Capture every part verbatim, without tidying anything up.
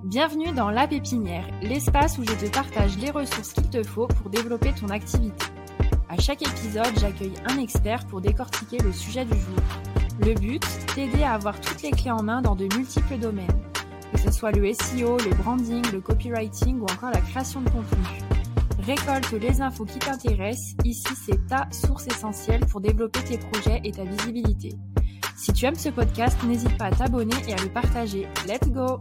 Bienvenue dans La Pépinière, l'espace où je te partage les ressources qu'il te faut pour développer ton activité. À chaque épisode, j'accueille un expert pour décortiquer le sujet du jour. Le but, t'aider à avoir toutes les clés en main dans de multiples domaines. Que ce soit le S E O, le branding, le copywriting ou encore la création de contenu. Récolte les infos qui t'intéressent, ici c'est ta source essentielle pour développer tes projets et ta visibilité. Si tu aimes ce podcast, n'hésite pas à t'abonner et à le partager. Let's go!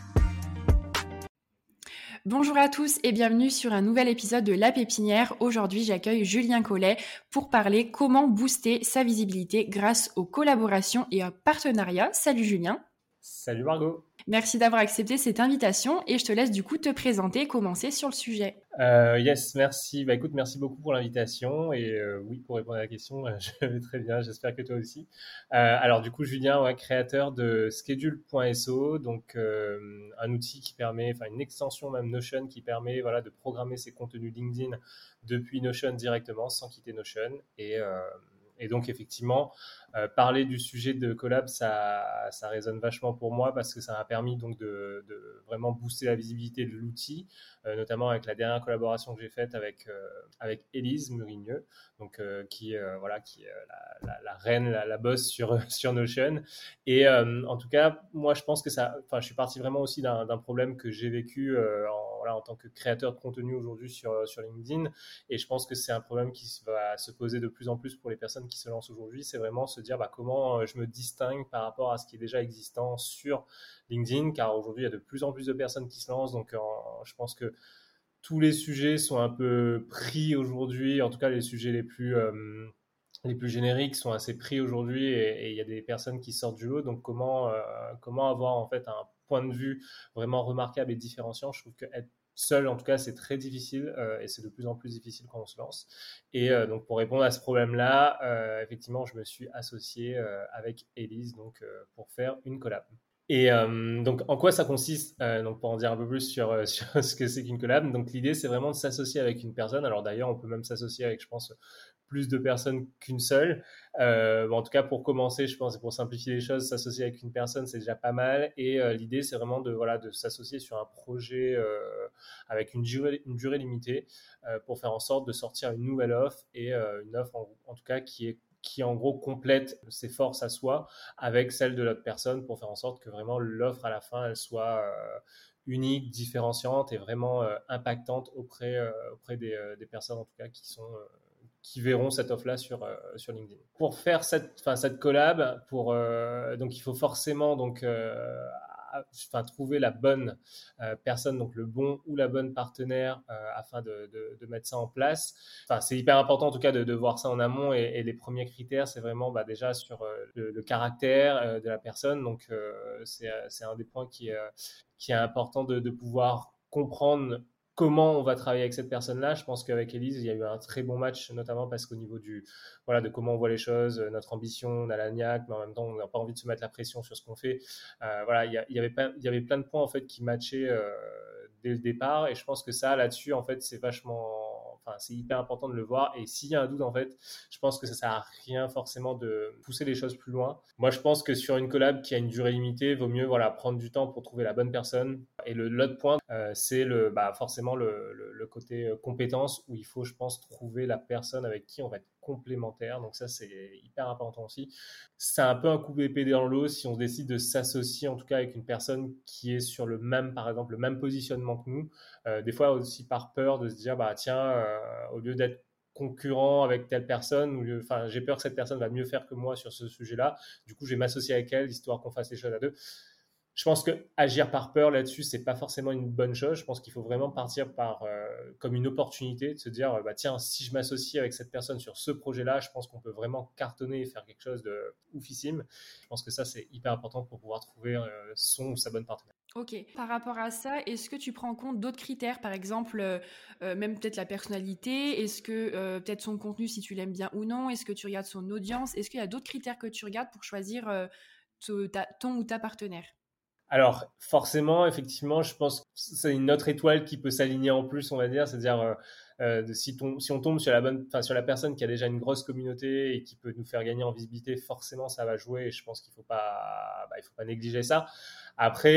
Bonjour à tous et bienvenue sur un nouvel épisode de La Pépinière. Aujourd'hui, j'accueille Julien Collet pour parler comment booster sa visibilité grâce aux collaborations et aux partenariats. Salut Julien. Salut Margot. Merci d'avoir accepté cette invitation et je te laisse du coup te présenter et commencer sur le sujet. Euh, yes, merci. Bah écoute, merci beaucoup pour l'invitation et euh, oui, pour répondre à la question, je vais très bien. J'espère que toi aussi. Euh, alors du coup, Julien, ouais, créateur de schedule point s o, donc euh, un outil qui permet, enfin une extension même Notion qui permet, voilà, de programmer ses contenus LinkedIn depuis Notion directement sans quitter Notion et euh, Et donc, effectivement, euh, parler du sujet de collab, ça, ça résonne vachement pour moi parce que ça m'a permis donc de, de vraiment booster la visibilité de l'outil, euh, notamment avec la dernière collaboration que j'ai faite avec, euh, avec Élise Murigneux, donc, euh, qui, euh, voilà, qui est la, la, la reine, la, la boss sur, sur Notion. Et euh, en tout cas, moi, je pense que ça, enfin, je suis parti vraiment aussi d'un, d'un problème que j'ai vécu euh, en, voilà, en tant que créateur de contenu aujourd'hui sur, sur LinkedIn. Et je pense que c'est un problème qui va se poser de plus en plus pour les personnes qui se lancent aujourd'hui, c'est vraiment se dire bah, comment je me distingue par rapport à ce qui est déjà existant sur LinkedIn, car aujourd'hui, il y a de plus en plus de personnes qui se lancent, donc en, je pense que tous les sujets sont un peu pris aujourd'hui, en tout cas les sujets les plus, euh, les plus génériques sont assez pris aujourd'hui, et, et il y a des personnes qui sortent du lot, donc comment, euh, comment avoir en fait un point de vue vraiment remarquable et différenciant. Je trouve que être seul, en tout cas, c'est très difficile euh, et c'est de plus en plus difficile quand on se lance. Et euh, donc, pour répondre à ce problème-là, euh, effectivement, je me suis associé euh, avec Élise donc, euh, pour faire une collab. Et euh, donc, en quoi ça consiste euh, donc, pour en dire un peu plus sur, euh, sur ce que c'est qu'une collab. Donc, l'idée, c'est vraiment de s'associer avec une personne. Alors, d'ailleurs, on peut même s'associer avec, je pense, plus de personnes qu'une seule. Euh, en tout cas, pour commencer, je pense, et pour simplifier les choses, s'associer avec une personne, c'est déjà pas mal. Et euh, l'idée, c'est vraiment de, voilà, de s'associer sur un projet euh, avec une durée, une durée limitée euh, pour faire en sorte de sortir une nouvelle offre et euh, une offre, en, en tout cas, qui est qui en gros complète ses forces à soi avec celle de l'autre personne pour faire en sorte que vraiment l'offre à la fin, elle soit euh, unique, différenciante et vraiment euh, impactante auprès, euh, auprès des, euh, des personnes en tout cas qui sont... Euh, qui verront cette offre-là sur, euh, sur LinkedIn. Pour faire cette, cette collab, pour, euh, donc il faut forcément donc, euh, enfin, trouver la bonne euh, personne, donc le bon ou la bonne partenaire euh, afin de, de, de mettre ça en place. Enfin, c'est hyper important en tout cas de, de voir ça en amont et, et les premiers critères, c'est vraiment bah, déjà sur euh, le, le caractère euh, de la personne. Donc, euh, c'est, c'est un des points qui, euh, qui est important de, de pouvoir comprendre comment on va travailler avec cette personne-là. Je pense qu'avec Élise, il y a eu un très bon match, notamment parce qu'au niveau du, voilà, de comment on voit les choses, notre ambition, on a la niaque, mais en même temps, on n'a pas envie de se mettre la pression sur ce qu'on fait. Euh, voilà, il y, a, il y avait pas, il y avait plein de points en fait qui matchaient euh, dès le départ, et je pense que ça, là-dessus, en fait, c'est vachement, enfin, c'est hyper important de le voir. Et s'il y a un doute, en fait, je pense que ça sert à rien forcément de pousser les choses plus loin. Moi, je pense que sur une collab qui a une durée limitée, vaut mieux, voilà, prendre du temps pour trouver la bonne personne. Et le, l'autre point, euh, c'est le, bah, forcément le, le, le côté euh, compétence, où il faut, je pense, trouver la personne avec qui on va être complémentaire. Donc ça, c'est hyper important aussi. C'est un peu un coup d'épée dans l'eau si on décide de s'associer, en tout cas, avec une personne qui est sur le même, par exemple, le même positionnement que nous. Euh, des fois aussi par peur de se dire, bah tiens, euh, au lieu d'être concurrent avec telle personne, ou enfin, j'ai peur que cette personne va mieux faire que moi sur ce sujet-là. Du coup, je vais m'associer avec elle, histoire qu'on fasse les choses à deux. Je pense que agir par peur là-dessus, c'est pas forcément une bonne chose. Je pense qu'il faut vraiment partir par euh, comme une opportunité de se dire, euh, bah tiens, si je m'associe avec cette personne sur ce projet-là, je pense qu'on peut vraiment cartonner et faire quelque chose de oufissime. Je pense que ça, c'est hyper important pour pouvoir trouver euh, son ou sa bonne partenaire. Ok. Par rapport à ça, est-ce que tu prends en compte d'autres critères, par exemple, euh, euh, même peut-être la personnalité, est-ce que euh, peut-être son contenu, si tu l'aimes bien ou non, est-ce que tu regardes son audience, est-ce qu'il y a d'autres critères que tu regardes pour choisir euh, te, ta, ton ou ta partenaire? Alors, forcément, effectivement, je pense que c'est une autre étoile qui peut s'aligner en plus, on va dire. C'est-à-dire, euh, euh, de, si, ton, si on tombe sur la bonne, enfin, sur la personne qui a déjà une grosse communauté et qui peut nous faire gagner en visibilité, forcément, ça va jouer. Et je pense qu'il faut pas, bah, il faut pas négliger ça. Après,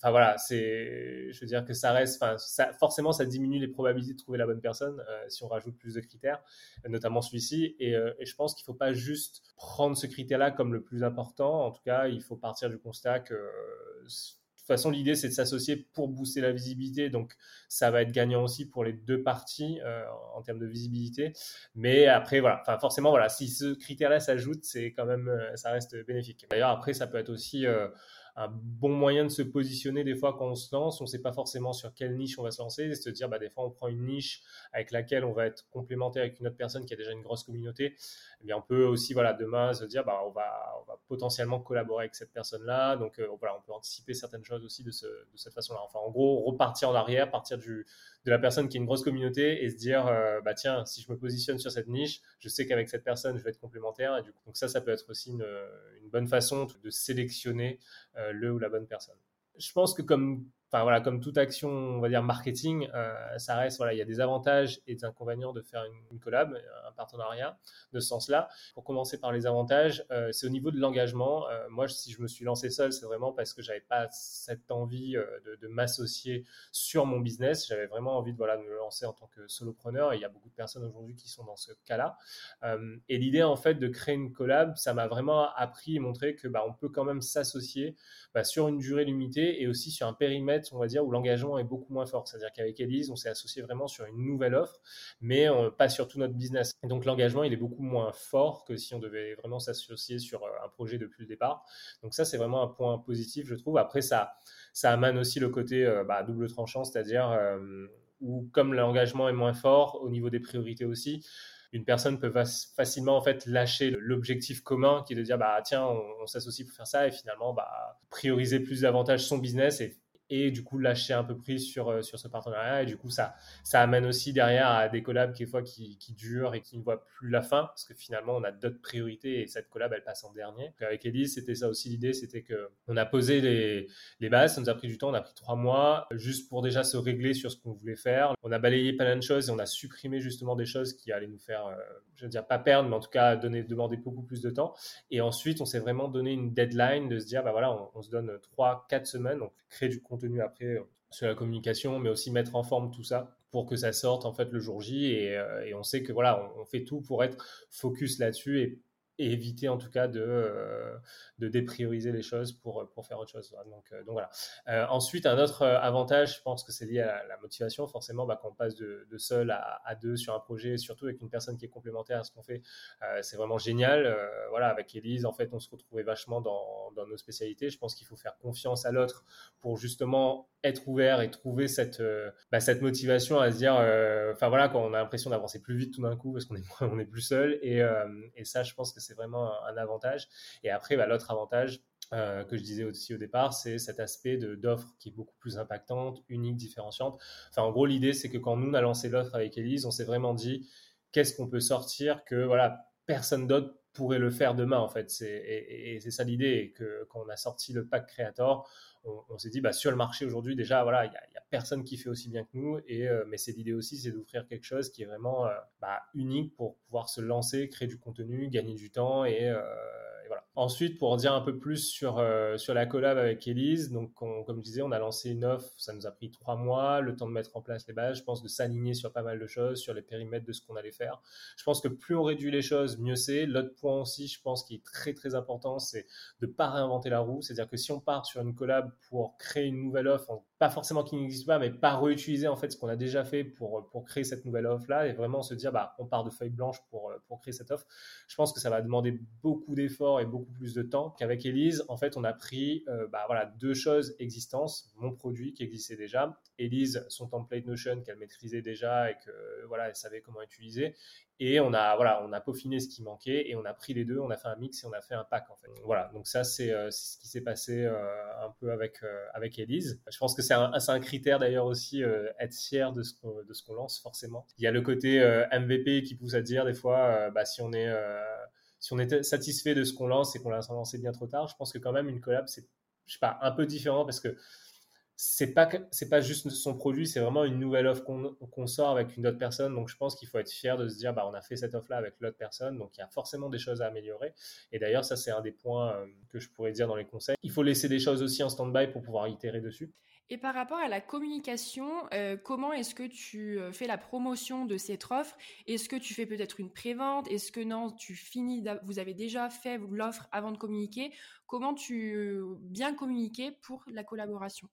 enfin voilà, c'est, je veux dire que ça reste, enfin, ça, forcément, ça diminue les probabilités de trouver la bonne personne euh, si on rajoute plus de critères, notamment celui-ci. Et, euh, et je pense qu'il ne faut pas juste prendre ce critère-là comme le plus important. En tout cas, il faut partir du constat que euh, de toute façon, l'idée, c'est de s'associer pour booster la visibilité. Donc, ça va être gagnant aussi pour les deux parties euh, en termes de visibilité. Mais après, voilà, enfin, forcément, voilà, si ce critère-là s'ajoute, c'est quand même, euh, ça reste bénéfique. D'ailleurs, après, ça peut être aussi euh, un bon moyen de se positionner des fois quand on se lance. On ne sait pas forcément sur quelle niche on va se lancer. C'est de se dire, bah, des fois, on prend une niche avec laquelle on va être complémentaire avec une autre personne qui a déjà une grosse communauté. Eh bien, on peut aussi, voilà, demain, se dire, bah, on va, on va potentiellement collaborer avec cette personne-là. Donc, euh, voilà, on peut anticiper certaines choses aussi de, ce, de cette façon-là. Enfin, en gros, repartir en arrière, partir du, de la personne qui a une grosse communauté et se dire, euh, bah tiens, si je me positionne sur cette niche, je sais qu'avec cette personne, je vais être complémentaire. Et du coup, donc ça, ça peut être aussi une, une bonne façon de sélectionner euh, le ou la bonne personne. Je pense que comme, enfin voilà, comme toute action, on va dire marketing, euh, ça reste, voilà, il y a des avantages et des inconvénients de faire une, une collab, un partenariat de ce sens-là. Pour commencer par les avantages, euh, c'est au niveau de l'engagement. Euh, moi, si je me suis lancé seul, c'est vraiment parce que j'avais pas cette envie euh, de, de m'associer sur mon business. J'avais vraiment envie de, voilà, de me lancer en tant que solopreneur. Et il y a beaucoup de personnes aujourd'hui qui sont dans ce cas-là. Euh, et l'idée, en fait, de créer une collab, ça m'a vraiment appris et montré que bah, on peut quand même s'associer bah, sur une durée limitée et aussi sur un périmètre, on va dire, où l'engagement est beaucoup moins fort. C'est-à-dire qu'avec Elise, on s'est associé vraiment sur une nouvelle offre, mais euh, pas sur tout notre business. Et donc, l'engagement, il est beaucoup moins fort que si on devait vraiment s'associer sur euh, un projet depuis le départ. Donc ça, c'est vraiment un point positif, je trouve. Après, ça, ça amène aussi le côté euh, bah, double tranchant, c'est-à-dire euh, où, comme l'engagement est moins fort, au niveau des priorités aussi, une personne peut facilement en fait lâcher l'objectif commun qui est de dire bah tiens on, on s'associe pour faire ça et finalement bah prioriser plus davantage son business et et du coup lâcher un peu prise sur, sur ce partenariat et du coup ça, ça amène aussi derrière à des collabs des fois qui, qui durent et qui ne voient plus la fin parce que finalement on a d'autres priorités et cette collab elle passe en dernier. Donc avec Elise c'était ça aussi l'idée, c'était qu'on a posé les, les bases, ça nous a pris du temps, on a pris trois mois juste pour déjà se régler sur ce qu'on voulait faire. On a balayé plein de choses et on a supprimé justement des choses qui allaient nous faire, euh, je veux dire pas perdre mais en tout cas donner, demander beaucoup plus de temps et ensuite on s'est vraiment donné une deadline de se dire bah voilà on, on se donne trois quatre semaines, donc créer du contenu après sur la communication, mais aussi mettre en forme tout ça pour que ça sorte en fait le jour J et, euh, et on sait que voilà on, on fait tout pour être focus là-dessus et, et éviter en tout cas de, euh, de déprioriser les choses pour, pour faire autre chose. Donc, euh, donc voilà. Euh, ensuite, un autre avantage, je pense que c'est lié à la, la motivation. Forcément, bah, quand on passe de, de seul à, à deux sur un projet, surtout avec une personne qui est complémentaire à ce qu'on fait, euh, c'est vraiment génial. Euh, voilà, avec Elise, en fait, on se retrouvait vachement dans, dans nos spécialités. Je pense qu'il faut faire confiance à l'autre pour justement être ouvert et trouver cette, euh, bah, cette motivation à se dire, enfin euh, voilà, quand on a l'impression d'avancer plus vite tout d'un coup parce qu'on est, on est plus seul et, euh, et ça, je pense que c'est vraiment un, un avantage. Et après, bah, l'autre avantage euh, que je disais aussi au départ, c'est cet aspect de, d'offre qui est beaucoup plus impactante, unique, différenciante. Enfin, en gros, l'idée, c'est que quand nous, on a lancé l'offre avec Elise, on s'est vraiment dit, qu'est-ce qu'on peut sortir que voilà, personne d'autre pourrait le faire demain, en fait. C'est, et, et c'est ça l'idée, et que quand on a sorti le pack Creator, on, on s'est dit, bah, sur le marché aujourd'hui, déjà, voilà, il n'y a, a personne qui fait aussi bien que nous, et, euh, mais c'est l'idée aussi, c'est d'offrir quelque chose qui est vraiment euh, bah, unique pour pouvoir se lancer, créer du contenu, gagner du temps, et, euh, et voilà. Ensuite, pour en dire un peu plus sur, euh, sur la collab avec Elise, donc on, comme je disais, on a lancé une offre, ça nous a pris trois mois, le temps de mettre en place les bases, je pense de s'aligner sur pas mal de choses, sur les périmètres de ce qu'on allait faire. Je pense que plus on réduit les choses, mieux c'est. L'autre point aussi, je pense, qui est très très important, c'est de ne pas réinventer la roue. C'est-à-dire que si on part sur une collab pour créer une nouvelle offre, pas forcément qui n'existe pas, mais pas réutiliser en fait ce qu'on a déjà fait pour, pour créer cette nouvelle offre-là et vraiment se dire, bah, on part de feuille blanche pour, pour créer cette offre. Je pense que ça va demander beaucoup d'efforts et beaucoup plus de temps qu'avec Elise. En fait, on a pris euh, bah, voilà, deux choses existantes. Mon produit qui existait déjà, Elise, son template Notion qu'elle maîtrisait déjà et que voilà, elle savait comment utiliser. Et on a, voilà, on a peaufiné ce qui manquait et on a pris les deux, on a fait un mix et on a fait un pack en fait. Voilà, donc ça c'est, euh, c'est ce qui s'est passé euh, un peu avec, euh, avec Elise. Je pense que c'est un, c'est un critère d'ailleurs aussi, euh, être fier de ce, qu'on, de ce qu'on lance forcément. Il y a le côté euh, M V P qui pousse à dire des fois, euh, bah, si on est... Euh, si on est satisfait de ce qu'on lance et qu'on l'a lancé bien trop tard, je pense que quand même une collab c'est, je sais pas, un peu différent parce que c'est pas que- c'est pas juste son produit, c'est vraiment une nouvelle offre qu'on qu'on sort avec une autre personne. Donc je pense qu'il faut être fier de se dire bah on a fait cette offre là avec l'autre personne, donc il y a forcément des choses à améliorer. Et d'ailleurs ça c'est un des points euh, que je pourrais dire dans les conseils. Il faut laisser des choses aussi en stand-by pour pouvoir itérer dessus. Et par rapport à la communication, euh, comment est-ce que tu euh, fais la promotion de cette offre? Est-ce que tu fais peut-être une prévente? Est-ce que non, tu finis, d'a- vous avez déjà fait l'offre avant de communiquer? Comment tu euh, bien communiquer pour la collaboration?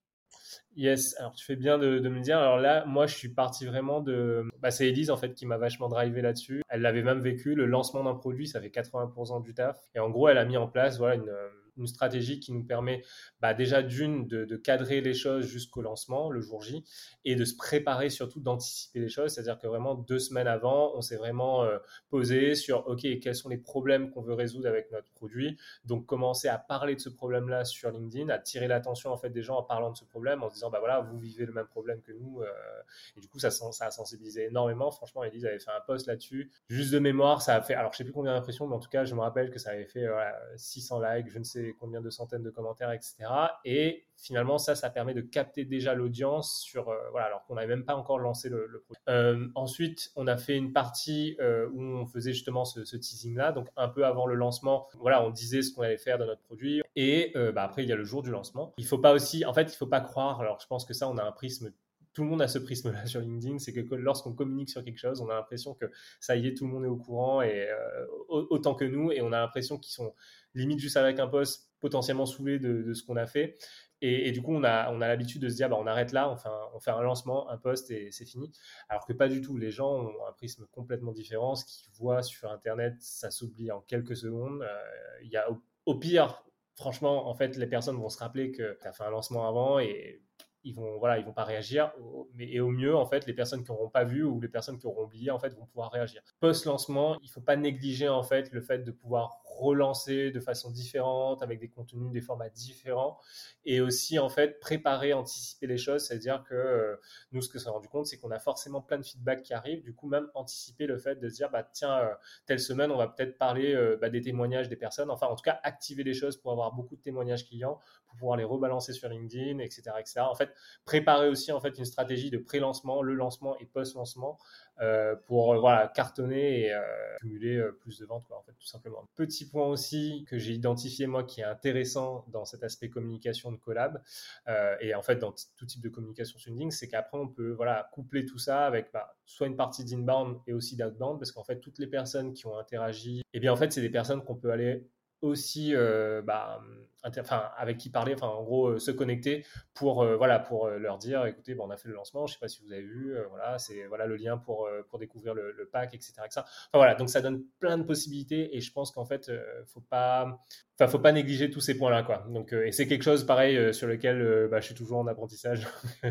Yes, alors tu fais bien de, de me le dire. Alors là, moi, je suis parti vraiment de. Bah, c'est Elise en fait qui m'a vachement drivé là-dessus. Elle l'avait même vécu. Le lancement d'un produit, ça fait quatre-vingts pour cent du taf. Et en gros, elle a mis en place voilà une, euh, une stratégie qui nous permet bah, déjà d'une de, de cadrer les choses jusqu'au lancement, le jour J, et de se préparer surtout d'anticiper les choses. C'est-à-dire que vraiment deux semaines avant, on s'est vraiment euh, posé sur ok quels sont les problèmes qu'on veut résoudre avec notre produit. Donc commencer à parler de ce problème-là sur LinkedIn, à tirer l'attention en fait des gens en parlant de ce problème, en se disant bah voilà vous vivez le même problème que nous, euh, et du coup ça, ça a sensibilisé énormément. Franchement, Elise avait fait un post là-dessus. Juste de mémoire, ça a fait, alors je sais plus combien d'impressions, mais en tout cas je me rappelle que ça avait fait voilà, six cents likes, je ne sais combien de centaines de commentaires, et cetera. Et finalement ça, ça permet de capter déjà l'audience sur euh, voilà alors qu'on n'avait même pas encore lancé le, le produit. Euh, ensuite, on a fait une partie euh, où on faisait justement ce, ce teasing-là, donc un peu avant le lancement. Voilà, on disait ce qu'on allait faire de notre produit. Et euh, bah, après, il y a le jour du lancement. Il faut pas aussi, en fait, il faut pas croire. Alors, je pense que ça, on a un prisme. Tout le monde a ce prisme-là sur LinkedIn, c'est que lorsqu'on communique sur quelque chose, on a l'impression que ça y est, tout le monde est au courant et euh, autant que nous, et on a l'impression qu'ils sont limite juste avec un post potentiellement saoulés de, de ce qu'on a fait. Et, et, du coup, on a, on a l'habitude de se dire, bah, on arrête là, on fait, un, on fait un lancement, un post et c'est fini. Alors que pas du tout. Les gens ont un prisme complètement différent. Ce qu'ils voient sur Internet, ça s'oublie en quelques secondes. Euh, il y a au, au pire, franchement, en fait, les personnes vont se rappeler que tu as fait un lancement avant et ils vont voilà ils vont pas réagir, mais et au mieux en fait les personnes qui n'auront pas vu ou les personnes qui auront oublié en fait vont pouvoir réagir. Post lancement, il faut pas négliger en fait le fait de pouvoir relancer de façon différente avec des contenus, des formats différents, et aussi en fait préparer, anticiper les choses. C'est-à-dire que euh, nous ce que ça a rendu compte, c'est qu'on a forcément plein de feedback qui arrivent, du coup même anticiper le fait de se dire bah tiens euh, telle semaine on va peut-être parler euh, bah, des témoignages des personnes, enfin en tout cas activer les choses pour avoir beaucoup de témoignages clients, pour pouvoir les rebalancer sur LinkedIn, et cetera, et cetera. En fait, préparer aussi en fait une stratégie de pré-lancement, le lancement et post-lancement euh, pour euh, voilà cartonner et euh, cumuler euh, plus de ventes quoi, en fait tout simplement. Petit point aussi que j'ai identifié moi qui est intéressant dans cet aspect communication de collab euh, et en fait dans t- tout type de communication sur LinkedIn, c'est qu'après on peut voilà coupler tout ça avec bah, soit une partie d'inbound et aussi d'outbound, parce qu'en fait toutes les personnes qui ont interagi, et eh bien en fait c'est des personnes qu'on peut aller aussi euh, bah, inter- enfin, avec qui parler, enfin, en gros euh, se connecter pour, euh, voilà, pour euh, leur dire écoutez, bon, on a fait le lancement, je ne sais pas si vous avez vu, euh, voilà, c'est voilà, le lien pour, euh, pour découvrir le, le pack, et cetera, et cetera. Enfin, voilà, donc ça donne plein de possibilités et je pense qu'en fait, euh, faut pas, enfin, faut pas négliger tous ces points-là, quoi. Donc, euh, et c'est quelque chose pareil euh, sur lequel euh, bah, je suis toujours en apprentissage.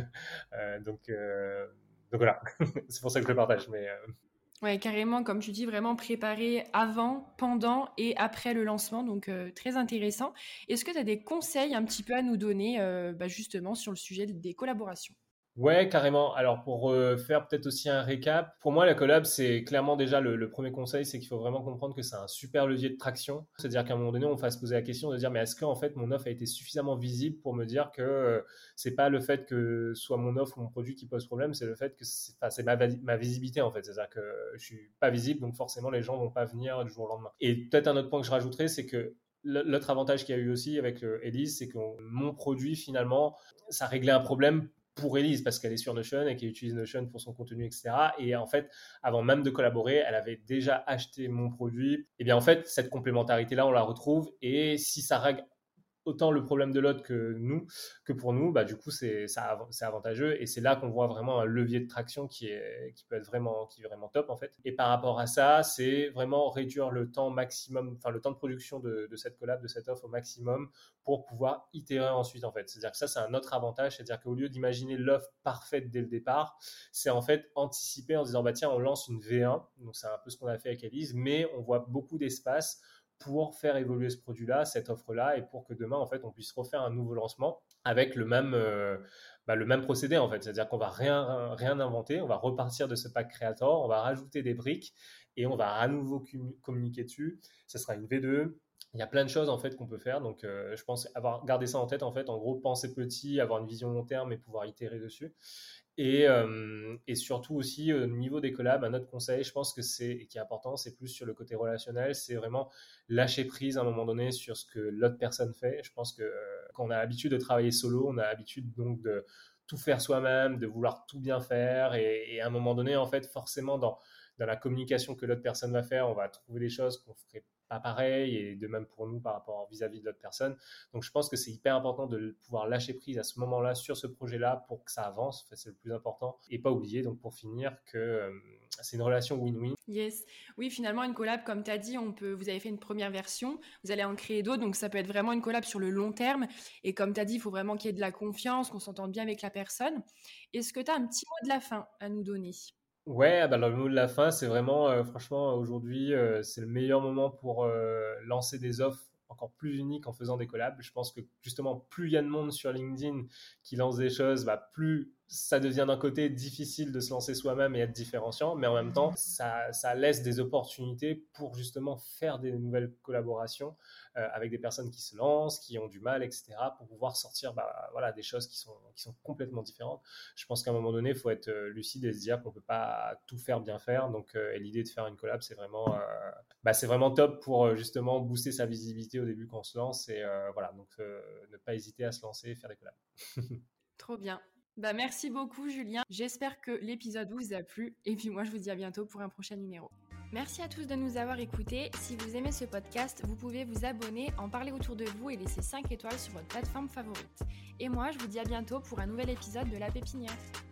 euh, donc, euh, donc voilà, c'est pour ça que je le partage. Mais euh, Ouais, carrément, comme tu dis, vraiment préparer avant, pendant et après le lancement, donc euh, très intéressant. Est-ce que tu as des conseils un petit peu à nous donner euh, bah, justement sur le sujet des collaborations? Ouais, carrément. Alors pour euh, faire peut-être aussi un récap, pour moi la collab c'est clairement déjà le, le premier conseil, c'est qu'il faut vraiment comprendre que c'est un super levier de traction. C'est-à-dire qu'à un moment donné, on va se poser la question de dire mais est-ce qu'en fait mon offre a été suffisamment visible pour me dire que euh, c'est pas le fait que soit mon offre ou mon produit qui pose problème, c'est le fait que c'est, enfin, c'est ma, ma visibilité en fait. C'est-à-dire que je suis pas visible, donc forcément les gens vont pas venir du jour au lendemain. Et peut-être un autre point que je rajouterais, c'est que l'autre avantage qu'il y a eu aussi avec euh, Elise, c'est que mon produit finalement, ça réglait un problème pour Elise parce qu'elle est sur Notion et qu'elle utilise Notion pour son contenu, et cetera. Et en fait, avant même de collaborer, elle avait déjà acheté mon produit. Et bien en fait, cette complémentarité-là, on la retrouve. Et si ça règle autant le problème de l'autre que nous, que pour nous, bah, du coup, c'est, ça, c'est avantageux. Et c'est là qu'on voit vraiment un levier de traction qui, est, qui peut être vraiment, qui est vraiment top, en fait. Et par rapport à ça, c'est vraiment réduire le temps maximum, enfin, le temps de production de, de cette collab, de cette offre au maximum pour pouvoir itérer ensuite, en fait. C'est-à-dire que ça, c'est un autre avantage. C'est-à-dire qu'au lieu d'imaginer l'offre parfaite dès le départ, c'est en fait anticiper en disant, bah, tiens, on lance une V un. Donc, c'est un peu ce qu'on a fait avec Elise, mais on voit beaucoup d'espace pour faire évoluer ce produit-là, cette offre-là, et pour que demain, en fait, on puisse refaire un nouveau lancement avec le même, euh, bah, le même procédé, en fait. C'est-à-dire qu'on va rien, rien inventer, on va repartir de ce pack Creator, on va rajouter des briques et on va à nouveau communiquer dessus. Ça sera une V deux. il y a plein de choses en fait qu'on peut faire, donc euh, je pense avoir gardé ça en tête en fait. En gros, penser petit, avoir une vision long terme et pouvoir itérer dessus. Et, euh, et surtout aussi au niveau des collabs, un autre conseil, je pense que c'est et qui est important, c'est plus sur le côté relationnel, c'est vraiment lâcher prise à un moment donné sur ce que l'autre personne fait. Je pense que euh, quand on a l'habitude de travailler solo, on a l'habitude donc de tout faire soi-même, de vouloir tout bien faire, et, et à un moment donné, en fait, forcément dans dans la communication que l'autre personne va faire, on va trouver des choses qu'on ferait pas pareil, et de même pour nous par rapport vis-à-vis de l'autre personne. Donc je pense que c'est hyper important de pouvoir lâcher prise à ce moment-là sur ce projet-là pour que ça avance. Enfin, c'est le plus important. Et pas oublier, donc pour finir, que euh, c'est une relation win-win. Yes. Oui, finalement, une collab, comme tu as dit, on peut, vous avez fait une première version, vous allez en créer d'autres, donc ça peut être vraiment une collab sur le long terme. Et comme tu as dit, il faut vraiment qu'il y ait de la confiance, qu'on s'entende bien avec la personne. Est-ce que tu as un petit mot de la fin à nous donner? Ouais, bah, le mot de la fin, c'est vraiment, euh, franchement, aujourd'hui, euh, c'est le meilleur moment pour euh, lancer des offres encore plus uniques en faisant des collabs. Je pense que justement, plus il y a de monde sur LinkedIn qui lance des choses, bah, plus ça devient d'un côté difficile de se lancer soi-même et être différenciant, mais en même temps, ça, ça laisse des opportunités pour justement faire des nouvelles collaborations euh, avec des personnes qui se lancent, qui ont du mal, et cetera, pour pouvoir sortir bah, voilà, des choses qui sont, qui sont complètement différentes. Je pense qu'à un moment donné, il faut être lucide et se dire qu'on ne peut pas tout faire bien faire. Donc, euh, et l'idée de faire une collab, c'est vraiment, euh, bah, c'est vraiment top pour euh, justement booster sa visibilité au début quand on se lance. Et euh, voilà, donc euh, ne pas hésiter à se lancer et faire des collabs. Trop bien. Bah, merci beaucoup, Julien. J'espère que l'épisode vous a plu. Et puis moi, je vous dis à bientôt pour un prochain numéro. Merci à tous de nous avoir écoutés. Si vous aimez ce podcast, vous pouvez vous abonner, en parler autour de vous et laisser cinq étoiles sur votre plateforme favorite. Et moi, je vous dis à bientôt pour un nouvel épisode de La Pépinière.